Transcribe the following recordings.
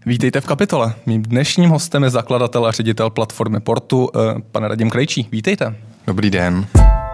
Vítejte v Kapitole. Mým dnešním hostem je zakladatel a ředitel platformy Portu, pan Radim Krejčí. Vítejte. Dobrý den.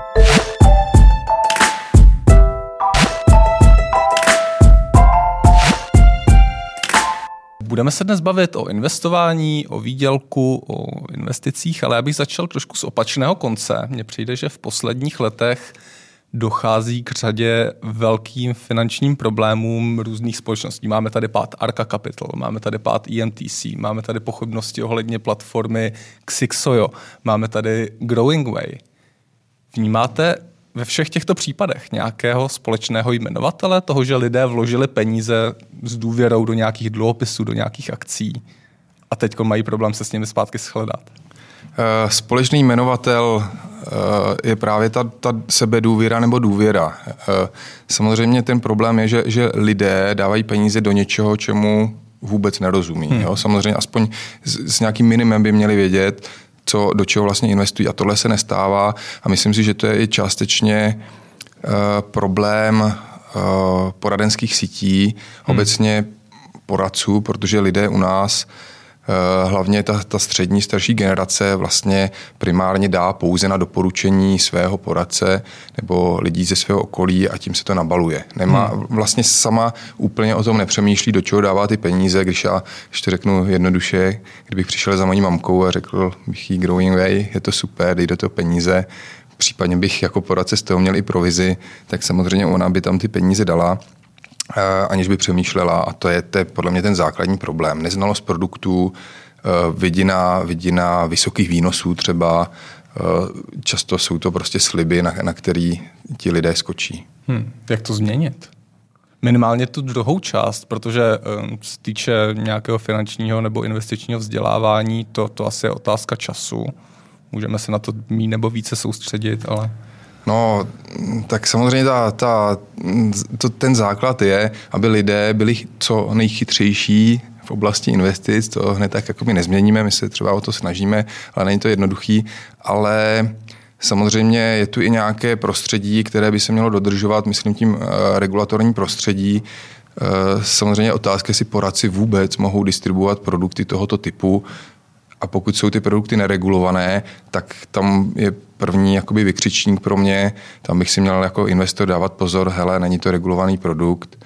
Budeme se dnes bavit o investování, o výdělku, o investicích, ale já bych začal trošku z opačného konce. Mně přijde, že v posledních letech dochází k řadě velkým finančním problémům různých společností. Máme tady pád Arca Capital, máme tady pád ENTC, máme tady pochybnosti ohledně platformy Xixoyo, máme tady Growing Way. Vnímáte ve všech těchto případech nějakého společného jmenovatele toho, že lidé vložili peníze s důvěrou do nějakých dluhopisů, do nějakých akcí a teď mají problém se s nimi zpátky shledat? Společný jmenovatel je právě ta sebedůvěra nebo důvěra. Samozřejmě ten problém je, že lidé dávají peníze do něčeho, čemu vůbec nerozumí. Jo? Samozřejmě aspoň s nějakým minimem by měli vědět, do čeho vlastně investují. A tohle se nestává a myslím si, že to je i částečně problém poradenských sítí, obecně poradců, protože lidé u nás, hlavně ta střední, starší generace vlastně primárně dá pouze na doporučení svého poradce nebo lidí ze svého okolí a tím se to nabaluje. Vlastně sama úplně o tom nepřemýšlí, do čeho dává ty peníze, když to řeknu jednoduše, kdybych přišel za mojí mamkou a řekl bych jí Growing Way, je to super, dej do toho peníze, případně bych jako poradce z toho měl i provizi, tak samozřejmě ona by tam ty peníze dala, aniž by přemýšlela, a to je podle mě ten základní problém. Neznalost produktů, vidina vysokých výnosů třeba, často jsou to prostě sliby, na který ti lidé skočí. Jak to změnit? Minimálně tu druhou část, protože se týče nějakého finančního nebo investičního vzdělávání, to asi je otázka času. Můžeme se na to mít nebo více soustředit, ale... No, tak samozřejmě ten základ je, aby lidé byli co nejchytřejší v oblasti investic. To hned tak jakoby nezměníme, my se třeba o to snažíme, ale není to jednoduchý. Ale samozřejmě je tu i nějaké prostředí, které by se mělo dodržovat, myslím tím regulatorní prostředí. Samozřejmě otázka, jestli poradci vůbec mohou distribuovat produkty tohoto typu. A pokud jsou ty produkty neregulované, tak tam je první jakoby vykřičník pro mě. Tam bych si měl jako investor dávat pozor, hele, není to regulovaný produkt.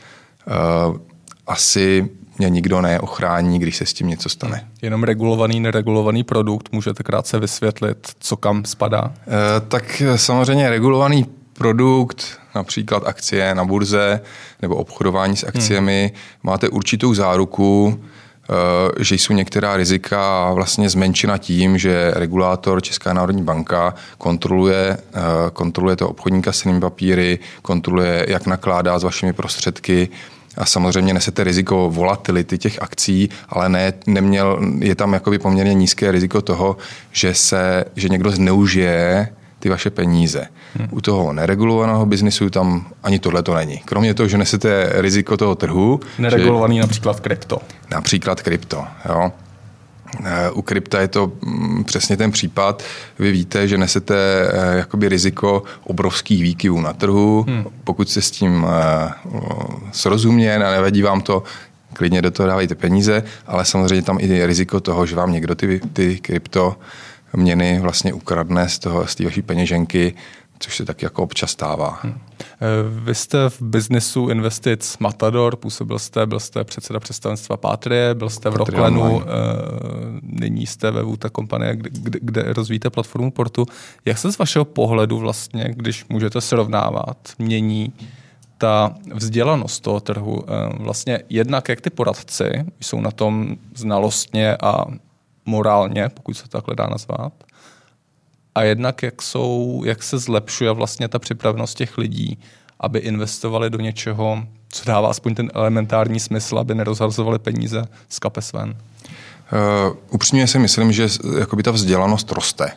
Asi mě nikdo neochrání, když se s tím něco stane. Jenom regulovaný, neregulovaný produkt, můžete krátce vysvětlit, co kam spadá? Tak samozřejmě regulovaný produkt, například akcie na burze nebo obchodování s akciemi, máte určitou záruku, že jsou některá rizika vlastně zmenšena tím, že regulátor Česká národní banka kontroluje to obchodníka s cennými papíry, kontroluje, jak nakládá s vašimi prostředky a samozřejmě nesete riziko volatility těch akcí, ale je tam jakoby poměrně nízké riziko toho, že někdo zneužije ty vaše peníze. U toho neregulovaného biznisu tam ani tohle to není. Kromě toho, že nesete riziko toho trhu. Neregulovaný například krypto. Například krypto, jo. U krypta je to přesně ten případ. Vy víte, že nesete jakoby riziko obrovských výkyvů na trhu. Pokud se s tím srozuměn a nevadí vám to, klidně do toho dávejte peníze, ale samozřejmě tam i riziko toho, že vám někdo ty krypto měny vlastně ukradne z té vaší peněženky, což se tak jako občas stává. Vy jste v biznesu investic Matador, byl jste předseda představenstva Patrie, byl jste v Rocklanu, nyní jste ve Vuta kompanie, kde rozvíjíte platformu Portu. Jak se z vašeho pohledu vlastně, když můžete srovnávat, mění ta vzdělanost toho trhu? Vlastně jednak jak ty poradci jsou na tom znalostně a morálně, pokud se takhle dá nazvat, a jednak jak se zlepšuje vlastně ta připravenost těch lidí, aby investovali do něčeho, co dává aspoň ten elementární smysl, aby nerozhazovali peníze z kapes ven. Upřímně si myslím, že jakoby ta vzdělanost roste.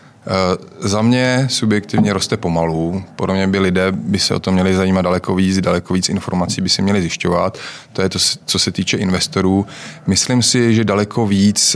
Za mě subjektivně roste pomalu. Podle mě lidé by se o to měli zajímat daleko víc informací by si měli zjišťovat. To je to, co se týče investorů. Myslím si, že daleko víc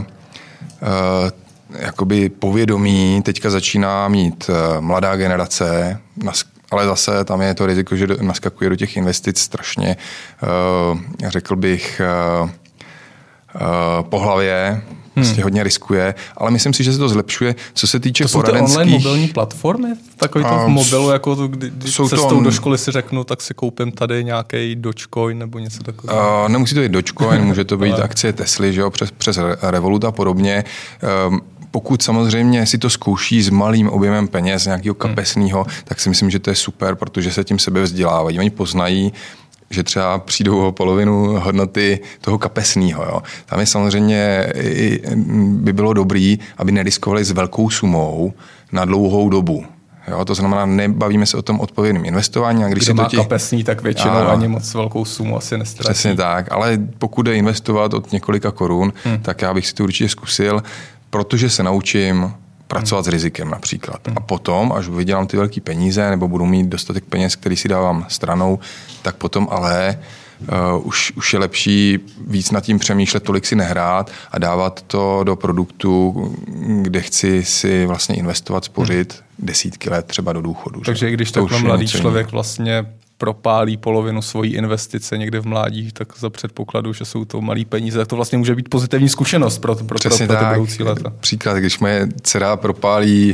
jakoby povědomí teďka začíná mít mladá generace, ale zase tam je to riziko, že naskakuje do těch investic strašně, řekl bych, po hlavě, prostě hodně riskuje, ale myslím si, že se to zlepšuje. Co se týče poradenských... To jsou ty online mobilní platformy? Takový to v mobilu, jako to, když cestou do školy si řeknu, tak si koupím tady nějaký Dogecoin nebo něco takového. Nemusí to být Dogecoin, může to být akcie Tesly, že jo, přes Revolut a podobně. Pokud samozřejmě si to zkouší s malým objemem peněz, nějakého kapesného, tak si myslím, že to je super, protože se tím sebe vzdělávají. Oni poznají, že třeba přijdou o polovinu hodnoty toho kapesného. Jo. Tam je samozřejmě by bylo dobrý, aby neriskovali s velkou sumou na dlouhou dobu. Jo, to znamená, nebavíme se o tom odpovědným investování. A když kdo má kapesný, tak většinou ani moc velkou sumu asi nestratí. Přesně tak, ale pokud jde investovat od několika korun, tak já bych si to určitě zkusil, protože se naučím pracovat s rizikem například. A potom, až vydělám ty velké peníze, nebo budu mít dostatek peněz, který si dávám stranou, tak potom ale už je lepší víc nad tím přemýšlet, tolik si nehrát a dávat to do produktu, kde chci si vlastně investovat, spořit desítky let třeba do důchodu. Takže když takhle mladý člověk vlastně propálí polovinu svojí investice někde v mládí, tak za předpokladu, že jsou to malý peníze, tak to vlastně může být pozitivní zkušenost pro ty budoucí leta. Příklad, když moje dcera propálí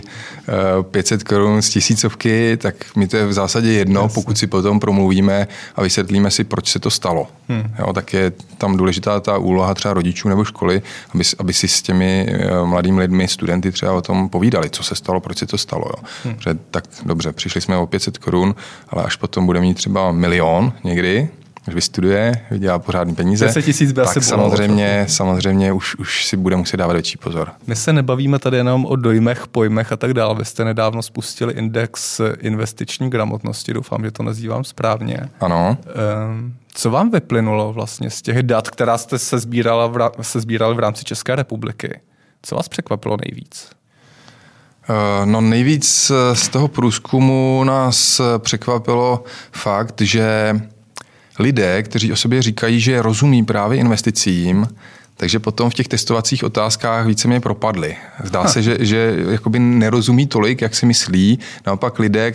500 korun z 1000, tak mi to je v zásadě jedno, pokud si potom promluvíme a vysvětlíme si, proč se to stalo. Jo, tak je tam důležitá ta úloha třeba rodičů nebo školy, aby si s těmi mladými lidmi, studenty třeba o tom povídali, co se stalo, proč se to stalo. Jo. Že tak dobře, přišli jsme o 500 korun, ale až potom bude mít třeba 1 milion někdy, když vystuduje, vydělá pořádný peníze, 10 000 by tak samozřejmě už si bude muset dávat větší pozor. My se nebavíme tady jenom o dojmech, pojmech a tak dále. Vy jste nedávno spustili index investiční gramotnosti, doufám, že to nazývám správně. Ano. Co vám vyplynulo vlastně z těch dat, která jste se sbírali v rámci České republiky? Co vás překvapilo nejvíc? No nejvíc z toho průzkumu nás překvapilo fakt, že lidé, kteří o sobě říkají, že rozumí právě investicím, takže potom v těch testovacích otázkách více mě propadli. Zdá se, že jakoby nerozumí tolik, jak si myslí. Naopak lidé,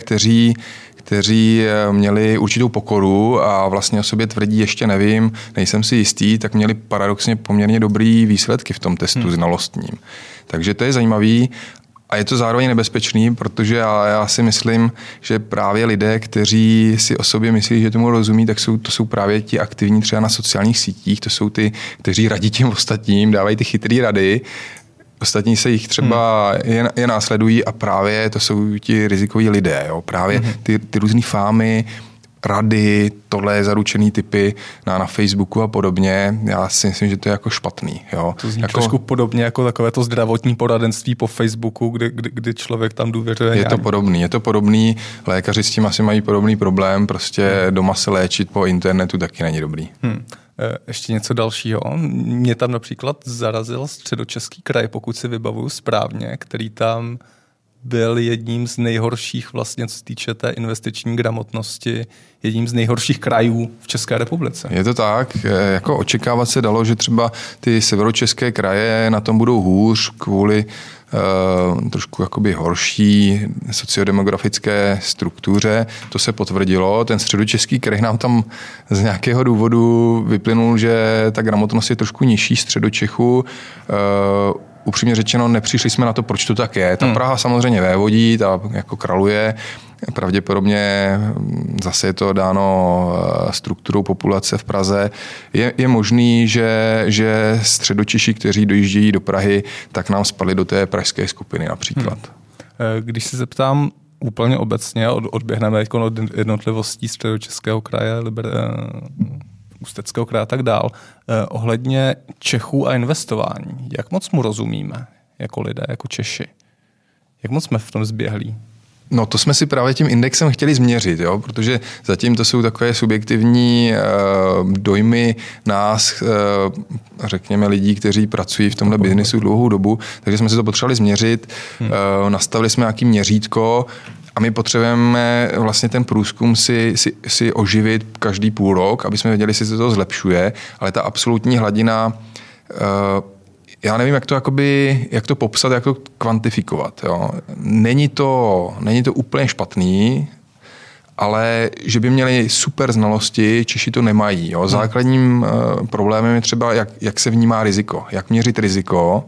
kteří měli určitou pokoru a vlastně o sobě tvrdí, ještě nevím, nejsem si jistý, tak měli paradoxně poměrně dobrý výsledky v tom testu znalostním. Takže to je zajímavý. A je to zároveň nebezpečný, protože já si myslím, že právě lidé, kteří si o sobě myslí, že tomu rozumí, tak to jsou právě ti aktivní třeba na sociálních sítích, to jsou ty, kteří radí těm ostatním, dávají ty chytrý rady, ostatní se jich třeba je následují a právě to jsou ti rizikoví lidé. Jo? Právě ty různý fámy, rady, tohle zaručený typy na Facebooku a podobně. Já si myslím, že to je jako špatný. Jo. To zní trošku podobně jako takové to zdravotní poradenství po Facebooku, kdy člověk tam důvěřuje. Je to podobný. Lékaři s tím asi mají podobný problém. Prostě doma se léčit po internetu taky není dobrý. Ještě něco dalšího. Mě tam například zarazil Středočeský kraj, pokud si vybavuju správně, který tam byl jedním z nejhorších vlastně, co se týče té investiční gramotnosti, jedním z nejhorších krajů v České republice. Je to tak, jako očekávat se dalo, že třeba ty severočeské kraje na tom budou hůř kvůli trošku jakoby horší sociodemografické struktuře. To se potvrdilo. Ten Středočeský kraj nám tam z nějakého důvodu vyplynul, že ta gramotnost je trošku nižší Středočechu. Upřímně řečeno, nepřišli jsme na to, proč to tak je. Ta Praha samozřejmě vévodí, ta jako kraluje. Pravděpodobně zase je to dáno strukturou populace v Praze. Je možný, že Středočeši, kteří dojíždějí do Prahy, tak nám spadli do té pražské skupiny například. Když se zeptám úplně obecně, odběhneme od jednotlivostí Středočeského kraje, Ústeckého kraje a tak dál, ohledně Čechů a investování. Jak moc mu rozumíme jako lidé, jako Češi? Jak moc jsme v tom zběhlí? No to jsme si právě tím indexem chtěli změřit, jo? Protože zatím to jsou takové subjektivní dojmy nás, řekněme lidí, kteří pracují v tomhle biznesu dlouhou dobu, takže jsme si to potřebovali změřit, nastavili jsme nějaký měřítko a my potřebujeme vlastně ten průzkum si oživit každý půl rok, aby jsme věděli, jestli se to zlepšuje, ale ta absolutní hladina já nevím, jak to popsat, jak to kvantifikovat. Jo. Není to úplně špatný, ale že by měli super znalosti, Češi to nemají. Jo. Základním problémem je třeba, jak se vnímá riziko, jak měřit riziko.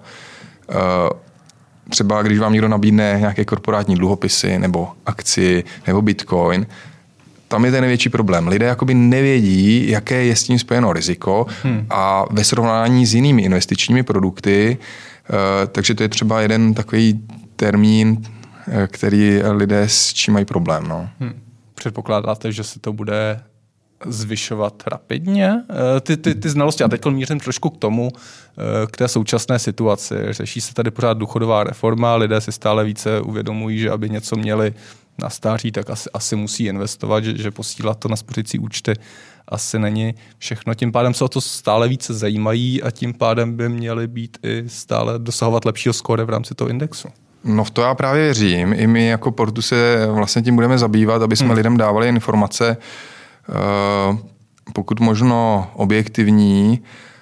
Třeba když vám někdo nabídne nějaké korporátní dluhopisy nebo akci nebo bitcoin, tam je ten největší problém. Lidé jakoby nevědí, jaké je s tím spojeno riziko a ve srovnání s jinými investičními produkty, takže to je třeba jeden takový termín, který lidé s čím mají problém. No. Předpokládáte, že se to bude zvyšovat rapidně? Ty znalosti, a teď mířím trošku k tomu, k té současné situaci. Řeší se tady pořád důchodová reforma, lidé si stále více uvědomují, že aby něco měli na stáří, tak asi musí investovat, že posílat to na spořící účty asi není všechno. Tím pádem se o to stále více zajímají a tím pádem by měly být i stále dosahovat lepšího skóre v rámci toho indexu. No v to já právě věřím. I my jako Portu se vlastně tím budeme zabývat, aby jsme lidem dávali informace, pokud možno objektivní.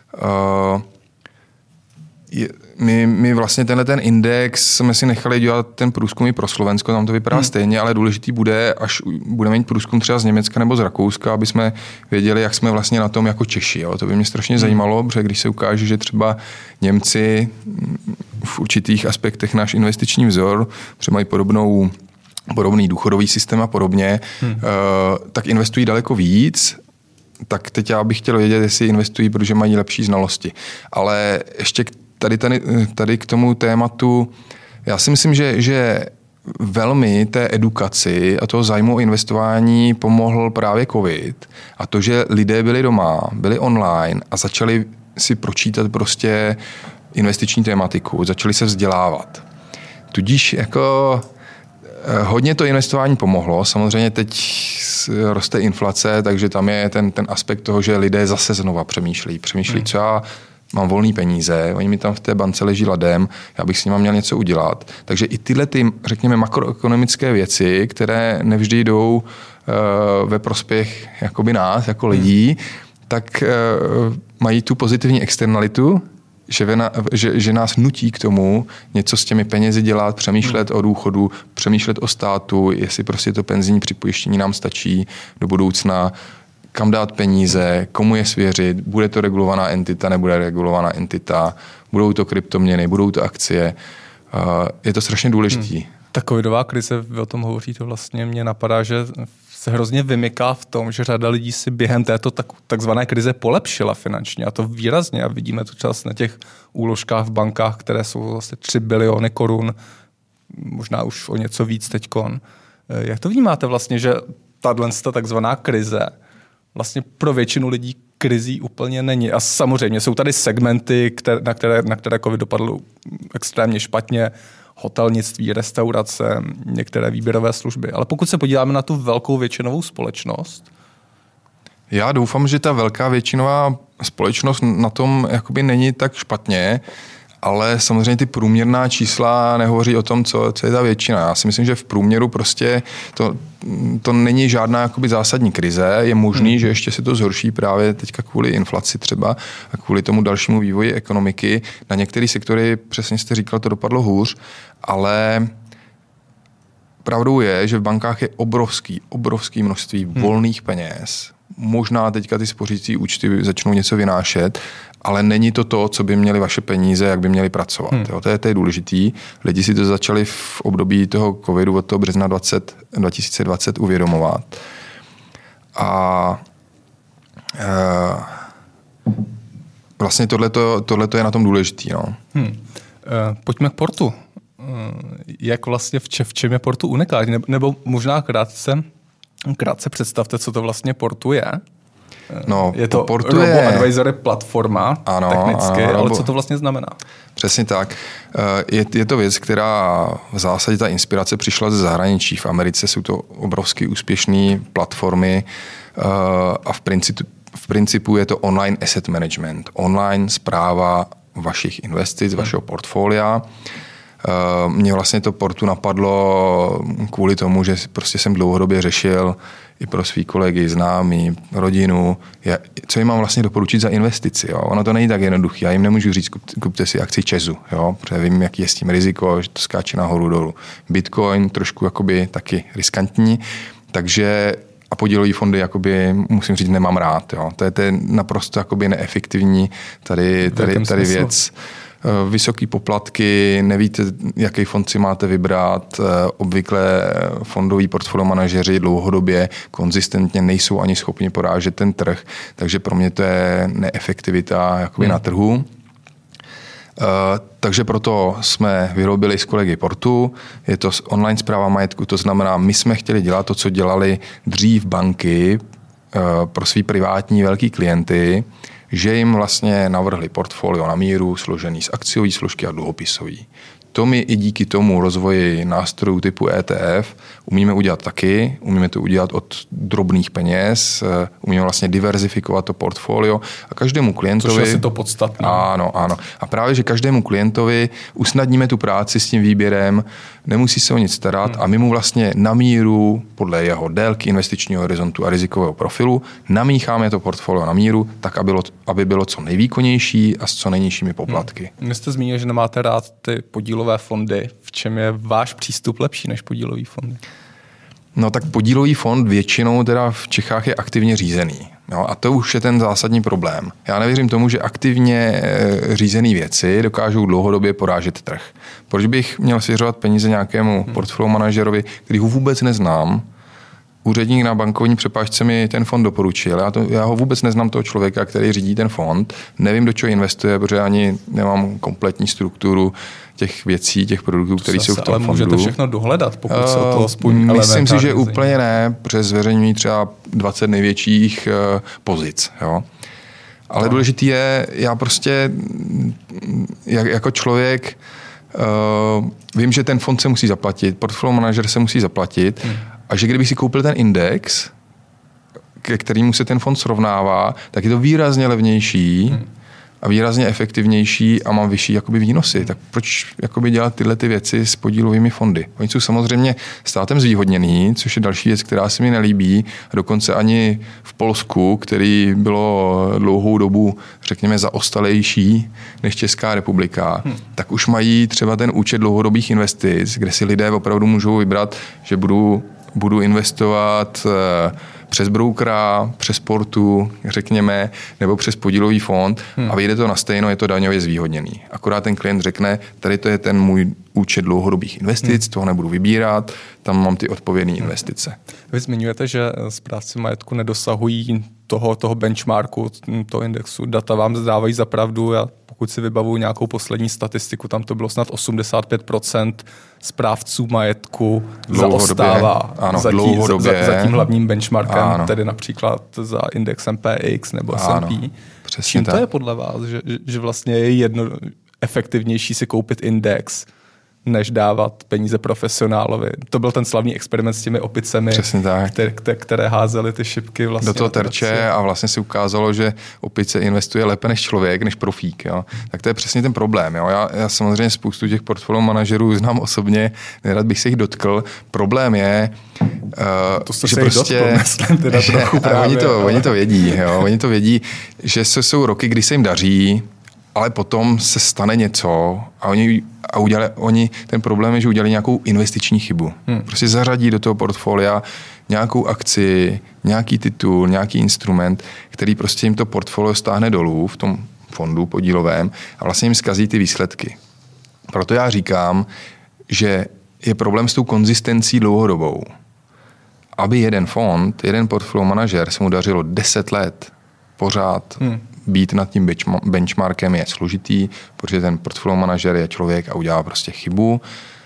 My vlastně ten index jsme si nechali dělat ten průzkum i pro Slovensko, tam to vypadá stejně, ale důležitý bude, až budeme mít průzkum třeba z Německa nebo z Rakouska, aby jsme věděli, jak jsme vlastně na tom jako Češi. Jo. To by mě strašně zajímalo, protože když se ukáže, že třeba Němci v určitých aspektech náš investiční vzor, třeba mají podobný důchodový systém a podobně, tak investují daleko víc. Tak teď já bych chtěl vědět, jestli investují, protože mají lepší znalosti. Ale ještě tady k tomu tématu, já si myslím, že velmi té edukaci a toho zájmu o investování pomohl právě COVID a to, že lidé byli doma, byli online a začali si pročítat prostě investiční tématiku, začali se vzdělávat. Tudíž jako hodně to investování pomohlo. Samozřejmě teď roste inflace, takže tam je ten aspekt toho, že lidé zase znova přemýšlí, co já mám volný peníze, oni mi tam v té bance leží ladem, já bych s nimi měl něco udělat. Takže i tyhle řekněme, makroekonomické věci, které nevždy jdou ve prospěch jakoby nás, jako lidí, tak mají tu pozitivní externalitu, že nás nutí k tomu něco s těmi penězi dělat, přemýšlet o důchodu, přemýšlet o státu, jestli prostě to penzijní připojištění nám stačí do budoucna, kam dát peníze, komu je svěřit, bude to regulovaná entita, nebude regulovaná entita, budou to kryptoměny, budou to akcie. Je to strašně důležitý. Ta covidová krize, vy o tom hovoříte, vlastně mě napadá, že se hrozně vymyká v tom, že řada lidí si během této takzvané krize polepšila finančně a to výrazně a vidíme to čas na těch úložkách v bankách, které jsou vlastně 3 biliony korun, možná už o něco víc teďkon. Jak to vnímáte vlastně, že tato takzvaná krize vlastně pro většinu lidí krizí úplně není. A samozřejmě jsou tady segmenty, na které COVID dopadl extrémně špatně, hotelnictví, restaurace, některé výběrové služby. Ale pokud se podíváme na tu velkou většinovou společnost. Já doufám, že ta velká většinová společnost na tom jakoby není tak špatně, ale samozřejmě ty průměrná čísla nehovoří o tom, co je ta většina. Já si myslím, že v průměru prostě to není žádná jakoby zásadní krize. Je možný, že ještě se to zhorší právě teďka kvůli inflaci třeba a kvůli tomu dalšímu vývoji ekonomiky. Na některé sektory, přesně jste říkal, to dopadlo hůř, ale pravdou je, že v bankách je obrovský množství volných peněz. Možná teďka ty spořící účty začnou něco vynášet, ale není to, co by měly vaše peníze, jak by měly pracovat. Jo, to je důležitý. Lidi si to začali v období toho covidu od toho března 2020 uvědomovat. A vlastně tohleto je na tom důležitý. No. Pojďme k Portu. Jak vlastně v čem je Portu unikátní? Nebo možná krátce představte, co to vlastně Portu je. No, je to robo-advisory platforma, ano, technicky, ale co to vlastně znamená? Přesně tak. Je to věc, která v zásadě ta inspirace přišla ze zahraničí. V Americe jsou to obrovsky úspěšné platformy a v principu je to online asset management, online správa vašich investic, vašeho portfolia. Mě vlastně to Portu napadlo kvůli tomu, že prostě jsem dlouhodobě řešil i pro svý kolegy, známí, rodinu, co jim mám vlastně doporučit za investici. Jo? Ono to není tak jednoduché. Já jim nemůžu říct, kupte si akci ČEZu, jo? Protože vím, jaký je s tím riziko, že to skáče nahoru dolů. Bitcoin trošku jakoby taky riskantní, Takže a podílové fondy, jakoby, musím říct, nemám rád. Jo. To je naprosto jakoby neefektivní tady věc. Vysoké poplatky, nevíte, jaký fond si máte vybrat. Obvykle fondoví portfolio manažeři dlouhodobě konzistentně nejsou ani schopni porážet ten trh, takže pro mě to je neefektivita jakoby na trhu. Takže proto jsme vyrobili s kolegy Portu. Je to online správa majetku, to znamená, my jsme chtěli dělat to, co dělali dřív banky pro svý privátní velký klienty, že jim vlastně navrhli portfolio na míru složený z akciové složky a dluhopisový. To my i díky tomu rozvoji nástrojů typu ETF umíme udělat taky, umíme to udělat od drobných peněz, umíme vlastně diverzifikovat to portfolio a každému klientovi... Což je asi to podstatné. Ano. A právě, že každému klientovi usnadníme tu práci s tím výběrem, nemusí se o nic starat a my mu vlastně na míru, podle jeho délky investičního horizontu a rizikového profilu, namícháme to portfolio na míru, tak aby bylo co nejvýkonnější a s co nejnižšími poplatky. Vy jste zmínil, že nemáte rád ty podílové fondy. V čem je váš přístup lepší než podílový fondy? No tak podílový fond většinou teda v Čechách je aktivně řízený. Jo, a to už je ten zásadní problém. Já nevěřím tomu, že aktivně řízené věci dokážou dlouhodobě porážet trh. Proč bych měl svěřovat peníze nějakému portfolio manažerovi, který ho vůbec neznám? Úředník na bankovní přepážce mi ten fond doporučil. Já ho vůbec neznám toho člověka, který řídí ten fond. Nevím, do čeho investuje, protože ani nemám kompletní strukturu těch věcí, těch produktů, které jsou v tom fondu. Ale můžete všechno dohledat, pokud se to aspoň myslím si, že úplně ne, protože zveřejňují třeba 20 největších pozic. Jo? Ale důležitý je, já prostě jako člověk vím, že ten fond se musí zaplatit, portfolio manažer se musí zaplatit a že kdybych si koupil ten index, ke kterému se ten fond srovnává, tak je to výrazně levnější a výrazně efektivnější a mám vyšší jakoby výnosy. Tak proč jakoby dělat tyhle ty věci s podílovými fondy? Oni jsou samozřejmě státem zvýhodněný, což je další věc, která se mi nelíbí. Dokonce ani v Polsku, který bylo dlouhou dobu, řekněme, zaostalejší než Česká republika, tak už mají třeba ten účet dlouhodobých investic, kde si lidé opravdu můžou vybrat, že budu investovat přes broukera, přes Portu, řekněme, nebo přes podílový fond a vyjde to na stejno, je to daňově zvýhodněný. Akorát ten klient řekne, tady to je ten můj účet dlouhodobých investic, toho nebudu vybírat, tam mám ty odpovědné investice. Vy zmiňujete, že správci majetku nedosahují toho benchmarku, toho indexu. Data vám dávají za pravdu. Já pokud si vybavuju nějakou poslední statistiku, tam to bylo snad 85% správců majetku zaostává za tím hlavním benchmarkem, ano. Tedy například za indexem PX nebo S&P. Čím to je podle vás, že vlastně je efektivnější si koupit index, než dávat peníze profesionálovi. To byl ten slavný experiment s těmi opicemi, které házely ty šipky vlastně do toho terče a vlastně si ukázalo, že opice investuje lépe než člověk, než profík. Jo. Tak to je přesně ten problém. Jo. Já samozřejmě spoustu těch portfolio manažerů znám osobně, nerad bych se jich dotkl. Problém je, že prostě oni to vědí. Jo. Oni to vědí, že jsou roky, kdy se jim daří, ale potom se stane něco a oni ten problém je, že udělali nějakou investiční chybu. Prostě zařadí do toho portfolia nějakou akci, nějaký titul, nějaký instrument, který prostě jim to portfolio stáhne dolů v tom fondu podílovém a vlastně jim zkazí ty výsledky. Proto já říkám, že je problém s tou konzistencí dlouhodobou. Aby jeden fond, jeden portfolio manažer se mu dařilo 10 let pořád být nad tím benchmarkem je složitý, protože ten portfolio manažer je člověk a udělá prostě chybu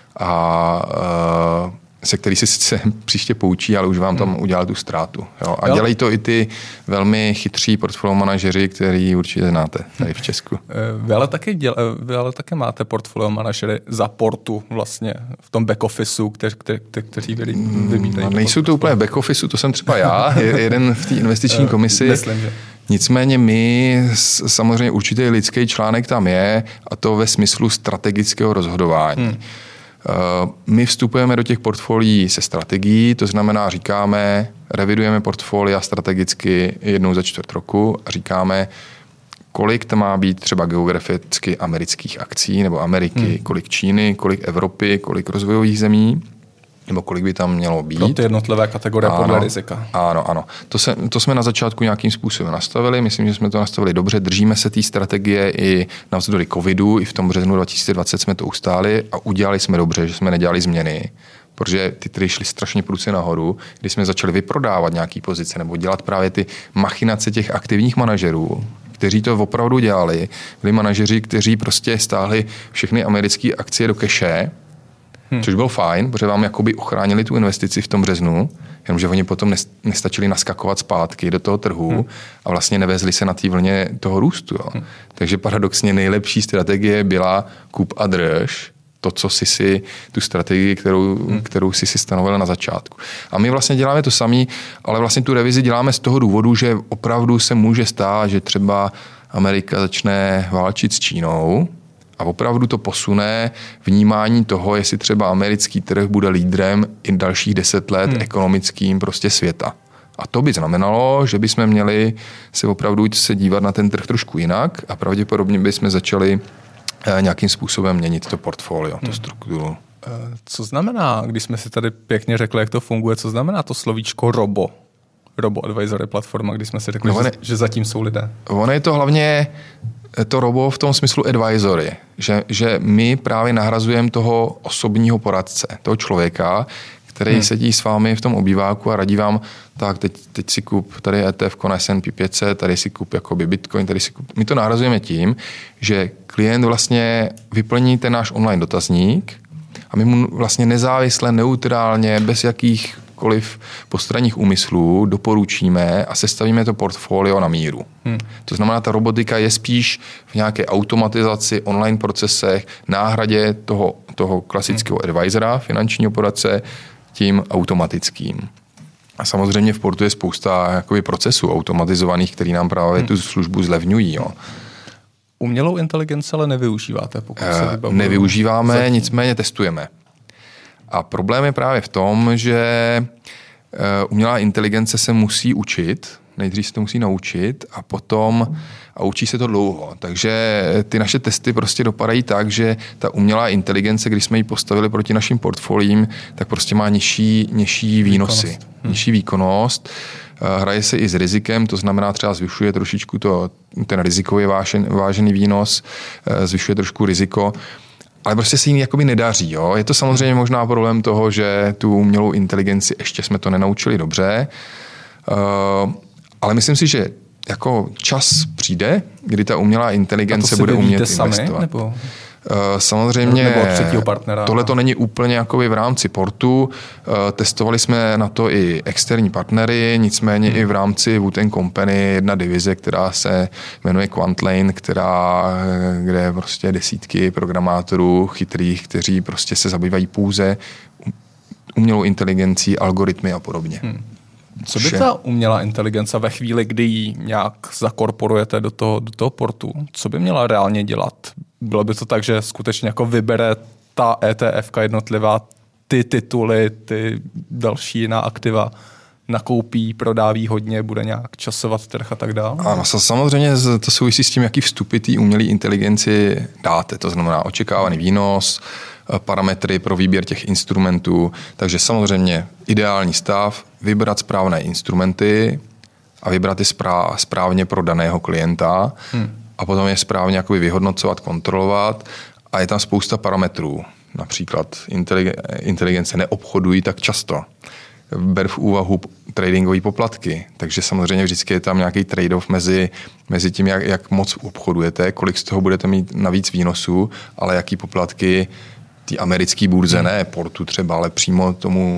a se který si sice příště poučí, ale už vám tam udělal tu ztrátu. Jo? A dělají to i ty velmi chytří portfolio manažeři, který určitě znáte tady v Česku. Vy ale také máte portfolio manažery za Portu vlastně v tom back officeu, kteří vybítají. Nejsou to úplně back officeu, to jsem třeba já, jeden v té investiční komisi. Myslím, že. Nicméně my, samozřejmě určitý lidský článek tam je a to ve smyslu strategického rozhodování. My vstupujeme do těch portfolií se strategií, to znamená revidujeme portfolia strategicky jednou za čtvrt roku a říkáme, kolik to má být třeba geograficky amerických akcí nebo Ameriky, kolik Číny, kolik Evropy, kolik rozvojových zemí. nebo kolik by tam mělo být. Pro ty jednotlivé kategorie podle rizika. Ano. To jsme na začátku nějakým způsobem nastavili. Myslím, že jsme to nastavili dobře. Držíme se té strategie i navzdory covidu. I v tom březnu 2020 jsme to ustáli a udělali jsme dobře, že jsme nedělali změny. Protože ty trhy šly strašně prudce nahoru, když jsme začali vyprodávat nějaký pozice nebo dělat právě ty machinace těch aktivních manažerů, kteří to opravdu dělali. Byli manažeři, kteří prostě stáhli všechny americké akcie do keše, což bylo fajn, protože vám jakoby ochránili tu investici v tom březnu, jenomže oni potom nestačili naskakovat zpátky do toho trhu a vlastně nevezli se na té vlně toho růstu. Jo. Takže paradoxně nejlepší strategie byla kup a drž, to, co si tu strategii, kterou si stanovil na začátku. A my vlastně děláme to samé, ale vlastně tu revizi děláme z toho důvodu, že opravdu se může stát, že třeba Amerika začne válčit s Čínou a opravdu to posune vnímání toho, jestli třeba americký trh bude lídrem i dalších 10 let ekonomickým prostě světa. A to by znamenalo, že bychom měli se opravdu se dívat na ten trh trošku jinak a pravděpodobně bychom začali nějakým způsobem měnit to portfolio, tu strukturu. Co znamená, když jsme si tady pěkně řekli, jak to funguje, co znamená to slovíčko robo? Robo Advisory platforma, když jsme si řekli, že zatím jsou lidé. Ono je to hlavně to robo v tom smyslu advisory, že my právě nahrazujeme toho osobního poradce, toho člověka, který sedí s vámi v tom obýváku a radí vám, tak teď si kup tady ETF na S&P 500, tady si kup jakoby Bitcoin, tady si kup. My to nahrazujeme tím, že klient vlastně vyplní ten náš online dotazník a my mu vlastně nezávisle, neutrálně, bez jakýchkoliv postranních úmyslů doporučíme a sestavíme to portfolio na míru. To znamená, ta robotika je spíš v nějaké automatizaci, online procesech, náhradě toho klasického advisora, finančního poradce, tím automatickým. A samozřejmě v portu je spousta jakoby procesů automatizovaných, který nám právě tu službu zlevňují. Jo. Umělou inteligenci ale nevyužíváte, pokud se vybavuju. Nevyužíváme, nicméně testujeme. A problém je právě v tom, že umělá inteligence se musí učit, nejdřív se to musí naučit a učí se to dlouho. Takže ty naše testy prostě dopadají tak, že ta umělá inteligence, když jsme ji postavili proti našim portfoliím, tak prostě má nižší výnosy, nižší výkonnost. Hraje se i s rizikem, to znamená třeba zvyšuje trošičku ten rizikově vážený výnos, zvyšuje trošku riziko, ale prostě se jim jakoby nedaří. Jo? Je to samozřejmě možná problém toho, že tu umělou inteligenci ještě jsme to nenaučili dobře, ale myslím si, že jako čas přijde, kdy ta umělá inteligence bude umět investovat. Sami, nebo? Samozřejmě nebo třetího partnera. Tohle to není úplně jakoby v rámci portu. Testovali jsme na to i externí partnery, nicméně i v rámci Wood & Company jedna divize, která se jmenuje Quantlane, kde je prostě desítky programátorů chytrých, kteří prostě se zabývají pouze umělou inteligencí, algoritmy a podobně. Co by ta umělá inteligence ve chvíli, kdy ji nějak zakorporujete do toho portu, co by měla reálně dělat? Bylo by to tak, že skutečně jako vybere ta ETF-ka jednotlivá ty tituly, ty další jiná aktiva, nakoupí, prodáví hodně, bude nějak časovat trh a tak dále? Ano, samozřejmě to souvisí s tím, jaký vstupy té umělé inteligenci dáte. To znamená očekávaný výnos, parametry pro výběr těch instrumentů. Takže samozřejmě ideální stav, vybrat správné instrumenty a vybrat je správně pro daného klienta a potom je správně jakoby vyhodnocovat, kontrolovat a je tam spousta parametrů. Například inteligence neobchodují tak často. Ber v úvahu tradingové poplatky, takže samozřejmě vždycky je tam nějaký trade-off mezi tím, jak moc obchodujete, kolik z toho budete mít navíc výnosů, ale jaký poplatky té americké burze, ne portu třeba, ale přímo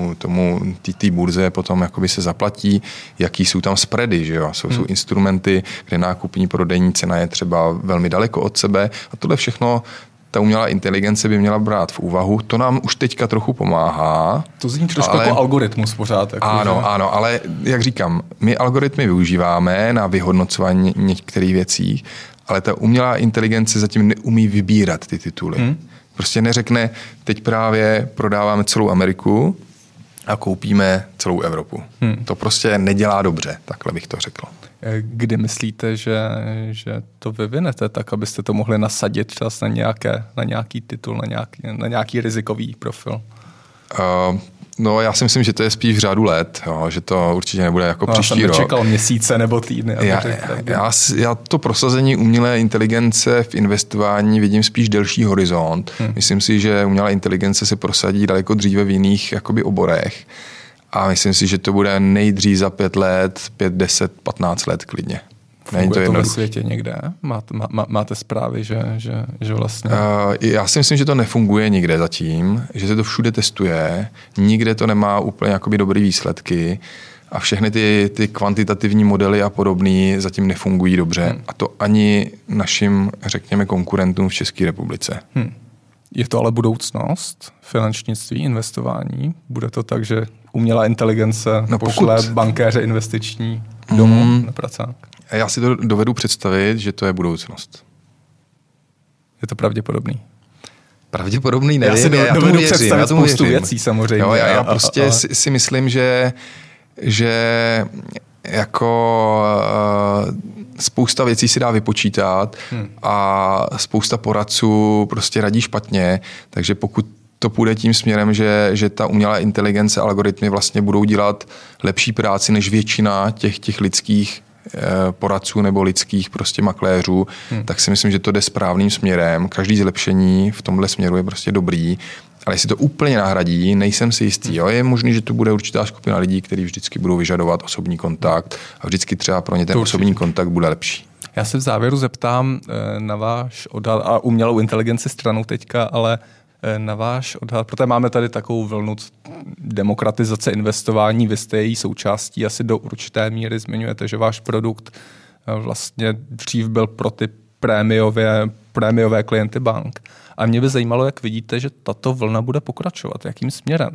té burze potom jakoby se zaplatí, jaký jsou tam spready, že jo? Jsou instrumenty, kde nákupní prodejní cena je třeba velmi daleko od sebe a tohle všechno ta umělá inteligence by měla brát v úvahu. To nám už teďka trochu pomáhá. To zní trošku jako algoritmus pořád. Jako ano, ale jak říkám, my algoritmy využíváme na vyhodnocování některých věcí, ale ta umělá inteligence zatím neumí vybírat ty tituly. Prostě neřekne, teď právě prodáváme celou Ameriku a koupíme celou Evropu. To prostě nedělá dobře, takhle bych to řekl. Kdy myslíte, že to vyvinete tak, abyste to mohli nasadit čas na nějaký titul, na nějaký rizikový profil? No, já si myslím, že to je spíš v řádu let, jo, že to určitě nebude jako příští rok. Já jsem nečekal měsíce nebo týdny. Já to prosazení umělé inteligence v investování vidím spíš delší horizont. Myslím si, že umělá inteligence se prosadí daleko dříve v jiných jakoby oborech. A myslím si, že to bude nejdřív za 5 let, 5, 10, 15 let klidně. Funguje to ve světě někde? Máte zprávy, že vlastně... Já si myslím, že to nefunguje nikde zatím, že se to všude testuje, nikde to nemá úplně jakoby dobrý výsledky a všechny ty kvantitativní modely a podobný zatím nefungují dobře. A to ani našim, řekněme, konkurentům v České republice. Je to ale budoucnost finančnictví, investování? Bude to tak, že umělá inteligence pošle bankéře investiční domů na pracák? Já si to dovedu představit, že to je budoucnost. Je to pravděpodobný? Pravděpodobný nevím. Já si dovedu představit spoustu věcí samozřejmě. Jo, já prostě si myslím, že jako spousta věcí si dá vypočítat a spousta poradců prostě radí špatně, takže pokud to půjde tím směrem, že ta umělá inteligence, algoritmy vlastně budou dělat lepší práci než většina těch lidských poradců nebo lidských prostě makléřů, tak si myslím, že to jde správným směrem. Každý zlepšení v tomhle směru je prostě dobrý, ale jestli to úplně nahradí, nejsem si jistý. Jo? Je možný, že to bude určitá skupina lidí, kteří vždycky budou vyžadovat osobní kontakt a vždycky třeba pro ně ten osobní kontakt bude lepší. Já se v závěru zeptám na váš odhad a umělou inteligenci stranou teďka, ale na váš odhad, protože máme tady takovou vlnu demokratizace investování, vy jste její součástí, asi do určité míry zmiňujete, že váš produkt vlastně dřív byl pro ty prémiové klienty bank. A mě by zajímalo, jak vidíte, že tato vlna bude pokračovat, jakým směrem?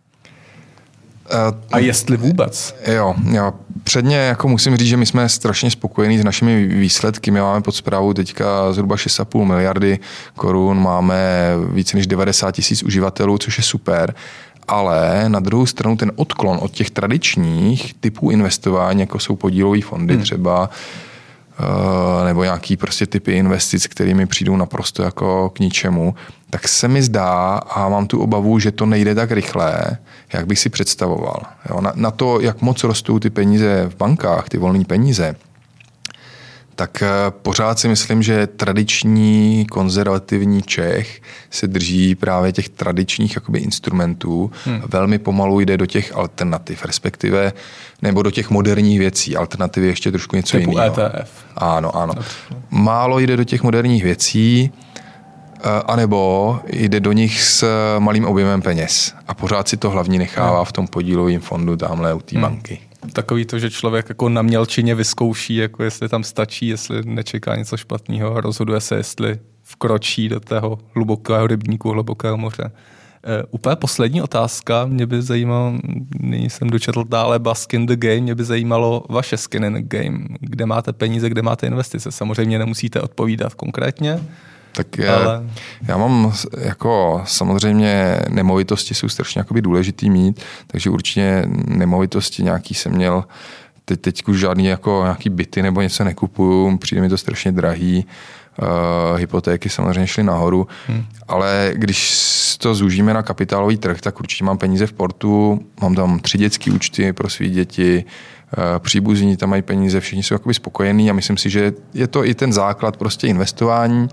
A jestli vůbec? Jo. Předně jako musím říct, že my jsme strašně spokojení s našimi výsledky. My máme pod správou teďka zhruba 6,5 miliardy korun, máme více než 90 000 uživatelů, což je super. Ale na druhou stranu ten odklon od těch tradičních typů investování, jako jsou podílové fondy třeba, nebo nějaký prostě typy investic, kterými přijdou naprosto jako k ničemu, tak se mi zdá a mám tu obavu, že to nejde tak rychle, jak bych si představoval. Jo, na to, jak moc rostou ty peníze v bankách, ty volné peníze, tak pořád si myslím, že tradiční konzervativní Čech se drží právě těch tradičních jakoby instrumentů. Velmi pomalu jde do těch alternativ, respektive nebo do těch moderních věcí. Alternativy ještě trošku něco jiného. Typu ETF. Ano. Málo jde do těch moderních věcí, anebo jde do nich s malým objemem peněz. A pořád si to hlavní nechává v tom podílovém fondu tamhle u té banky. Takový to, že člověk jako na mělčině vyzkouší, jako jestli tam stačí, jestli nečeká něco špatného a rozhoduje se, jestli vkročí do toho hlubokého rybníku, hlubokého moře. Úplně poslední otázka, mě by zajímalo, nyní jsem dočetl dále Bask in the Game, mě by zajímalo vaše skin in the game, kde máte peníze, kde máte investice. Samozřejmě nemusíte odpovídat konkrétně. Tak já mám jako samozřejmě nemovitosti jsou strašně jakoby důležitý mít, takže určitě nemovitosti nějaký jsem měl, teď už žádný jako nějaký byty nebo něco nekupuju, přijde mi to strašně drahý, hypotéky samozřejmě šly nahoru, ale když to zúžíme na kapitálový trh, tak určitě mám peníze v portu, mám tam 3 dětské účty pro svý děti, příbuzní tam mají peníze, všichni jsou jakoby spokojení a myslím si, že je to i ten základ prostě investování.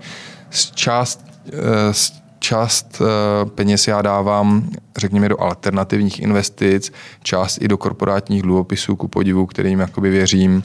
Část peněz já dávám, řekněme, do alternativních investic, část i do korporátních dluhopisů, ku podivu, kterým jakoby věřím,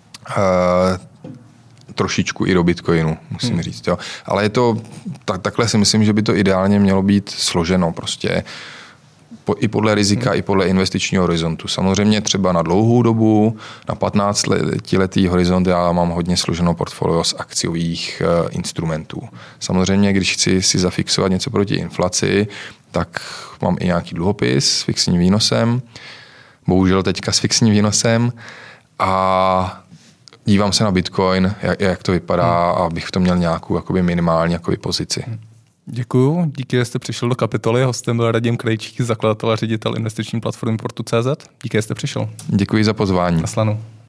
trošičku i do Bitcoinu, musím říct. Jo. Ale je to, takhle si myslím, že by to ideálně mělo být složeno prostě. I podle rizika, i podle investičního horizontu. Samozřejmě třeba na dlouhou dobu, na 15letý horizont já mám hodně složenou portfolio z akciových instrumentů. Samozřejmě, když chci si zafixovat něco proti inflaci, tak mám i nějaký dluhopis s fixním výnosem, bohužel teďka s fixním výnosem a dívám se na Bitcoin, jak to vypadá, abych v tom měl nějakou jakoby minimální jakoby pozici. Děkuju, díky, že jste přišel do Kapitoly. Hostem byl Radim Krejčík, zakladatel a ředitel investiční platformy Portu.cz. Díky, že jste přišel. Děkuji za pozvání. Naslanu.